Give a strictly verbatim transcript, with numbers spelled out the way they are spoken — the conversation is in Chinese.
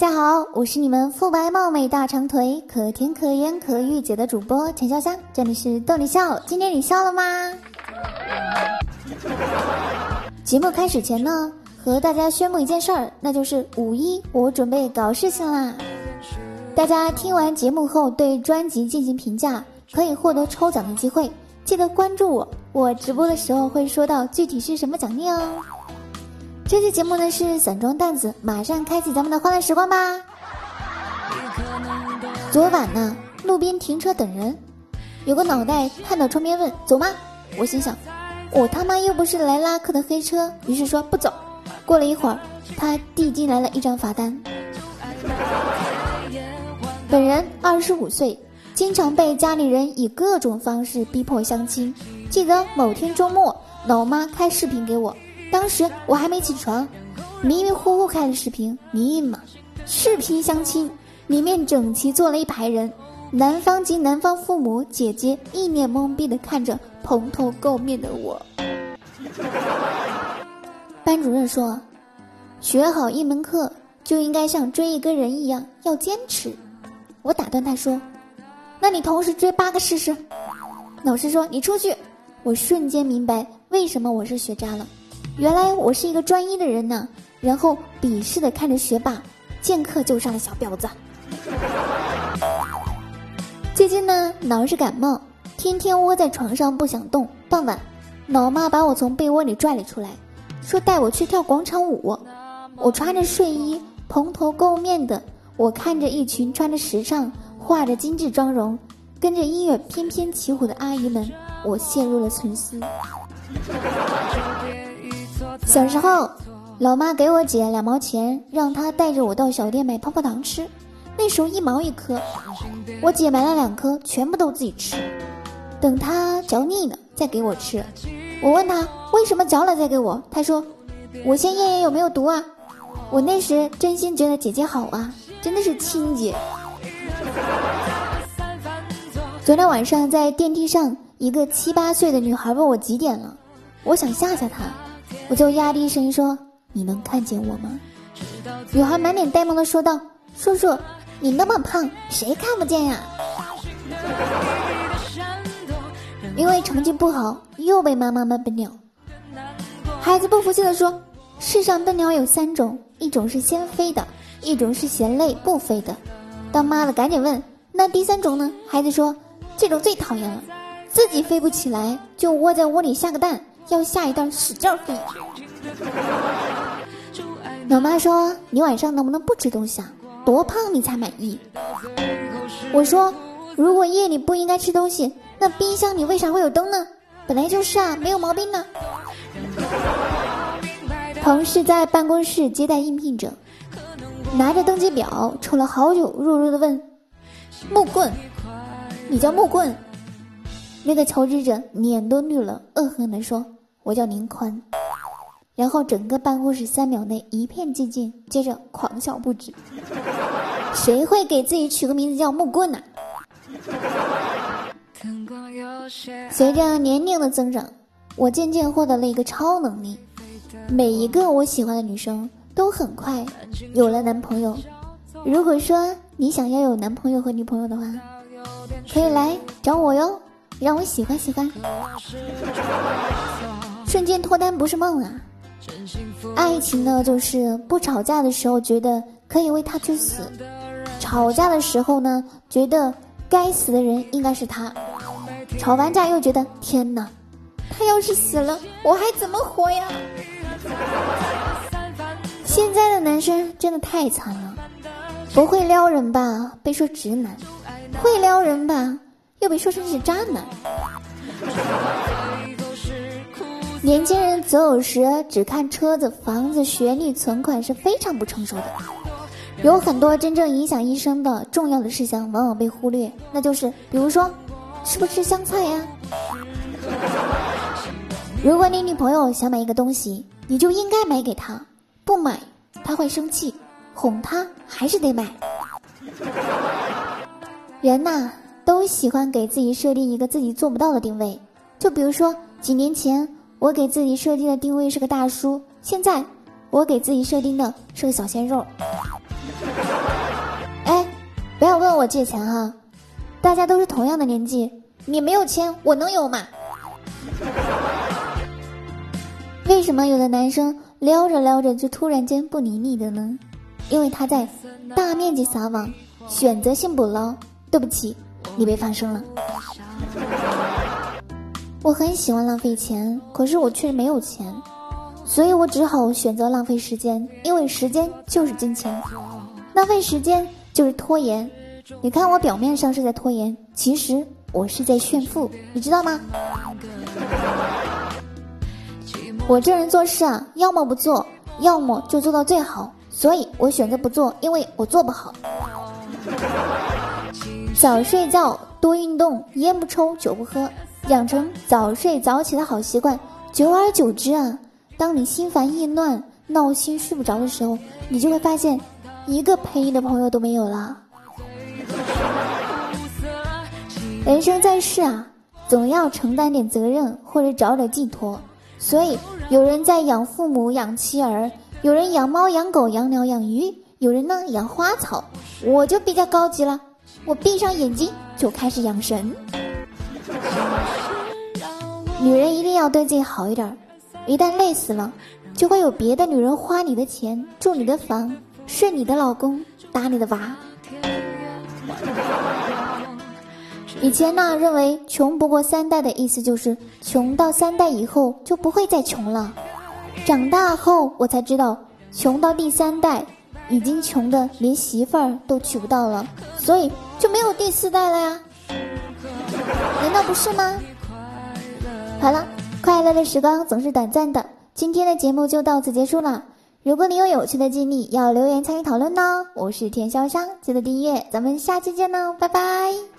大家好，我是你们肤白貌美大长腿可甜可盐可御姐的主播陈潇湘，这里是逗你笑。今天你笑了吗？节目开始前呢，和大家宣布一件事儿，那就是五一我准备搞事情啦。大家听完节目后对专辑进行评价，可以获得抽奖的机会，记得关注我，我直播的时候会说到具体是什么奖励哦。这期节目呢是散装担子，马上开启咱们的欢乐时光吧。昨晚呢，路边停车等人，有个脑袋探到窗边问走吗？我心想，我他妈又不是来拉客的黑车，于是说不走。过了一会儿，他递进来了一张罚单。本人二十五岁，经常被家里人以各种方式逼迫相亲。记得某天周末，老妈开视频给我，当时我还没起床，迷迷糊糊开了视频，迷印嘛，视频相亲，里面整齐坐了一排人，男方及男方父母姐姐一脸懵逼地看着蓬头垢面的我。班主任说，学好一门课就应该像追一个人一样要坚持。我打断他说，那你同时追八个试试。老师说你出去。我瞬间明白为什么我是学渣了，原来我是一个专一的人呢。然后鄙视地看着学霸，见课就上的小婊子。最近呢，老是感冒，天天窝在床上不想动。傍晚，老妈把我从被窝里拽了出来，说带我去跳广场舞。我穿着睡衣，蓬头垢面的，我看着一群穿着时尚、化着精致妆容，跟着音乐翩翩起舞的阿姨们，我陷入了沉思。小时候，老妈给我姐两毛钱，让她带着我到小店买泡泡糖吃，那时候一毛一颗，我姐买了两颗，全部都自己吃，等她嚼腻了再给我吃。我问她为什么嚼了再给我，她说我先验验有没有毒啊。我那时真心觉得姐姐好啊，真的是亲姐。昨天晚上在电梯上，一个七八岁的女孩问我几点了，我想吓吓她，我就压低声音说，你能看见我吗？女孩满脸呆萌地说道，叔叔你那么胖谁看不见呀？因为成绩不好又被妈妈骂笨鸟。孩子不服气地说，世上笨鸟有三种，一种是先飞的，一种是嫌累不飞的。当妈的赶紧问，那第三种呢？孩子说，这种最讨厌了，自己飞不起来就窝在窝里下个蛋，要下一蛋使劲飞。老妈说，你晚上能不能不吃东西啊？多胖你才满意？我说，如果夜里不应该吃东西，那冰箱里为啥会有灯呢？本来就是啊，没有毛病呢。同事在办公室接待应聘者，拿着登记表瞅了好久，弱弱地问，木棍，你叫木棍？那个求职者脸都绿了，恶狠地说，我叫宁宽。然后整个办公室三秒内一片寂静，接着狂笑不止。谁会给自己取个名字叫木棍呢？随着年龄的增长，我渐渐获得了一个超能力，每一个我喜欢的女生都很快有了男朋友。如果说你想要有男朋友和女朋友的话，可以来找我哟，让我喜欢喜欢。瞬间脱单不是梦啊。爱情呢，就是不吵架的时候觉得可以为他去死，吵架的时候呢，觉得该死的人应该是他，吵完架又觉得天哪，他要是死了我还怎么活呀？现在的男生真的太惨了，不会撩人吧被说直男，会撩人吧又被说成是渣男。年轻人择偶时只看车子、房子、学历、存款是非常不成熟的，有很多真正影响一生的重要的事项往往被忽略，那就是比如说吃不吃香菜呀？如果你女朋友想买一个东西，你就应该买给她，不买她会生气，哄她还是得买。人呐、啊，都喜欢给自己设定一个自己做不到的定位，就比如说几年前我给自己设定的定位是个大叔，现在我给自己设定的是个小鲜肉。 我借钱哈，大家都是同样的年纪，你没有钱我能有吗？为什么有的男生撩着撩着就突然间不理你的呢？因为他在大面积撒网，选择性捕捞。对不起，你被发生了。我很喜欢浪费钱，可是我却没有钱，所以我只好选择浪费时间，因为时间就是金钱。浪费时间就是拖延。你看我表面上是在拖延，其实我是在炫富，你知道吗？我这人做事啊，要么不做，要么就做到最好，所以我选择不做，因为我做不好。早睡觉，多运动，烟不抽，酒不喝，养成早睡早起的好习惯。久而久之啊，当你心烦意乱、闹心睡不着的时候，你就会发现一个陪你的朋友都没有了。人生在世啊，总要承担点责任或者找点寄托，所以有人在养父母养妻儿，有人养猫养狗养鸟养鱼，有人呢养花草。我就比较高级了，我闭上眼睛就开始养神。女人一定要对自己好一点，一旦累死了，就会有别的女人花你的钱，住你的房，睡你的老公，打你的娃。以前呢，认为穷不过三代的意思就是穷到三代以后就不会再穷了。长大后我才知道，穷到第三代已经穷的连媳妇儿都娶不到了，所以就没有第四代了呀，难道不是吗？好了，快乐的时光总是短暂的，今天的节目就到此结束了。如果你有有趣的经历要留言参与讨论呢，我是田潇湘，记得订阅，咱们下期见呢，拜拜。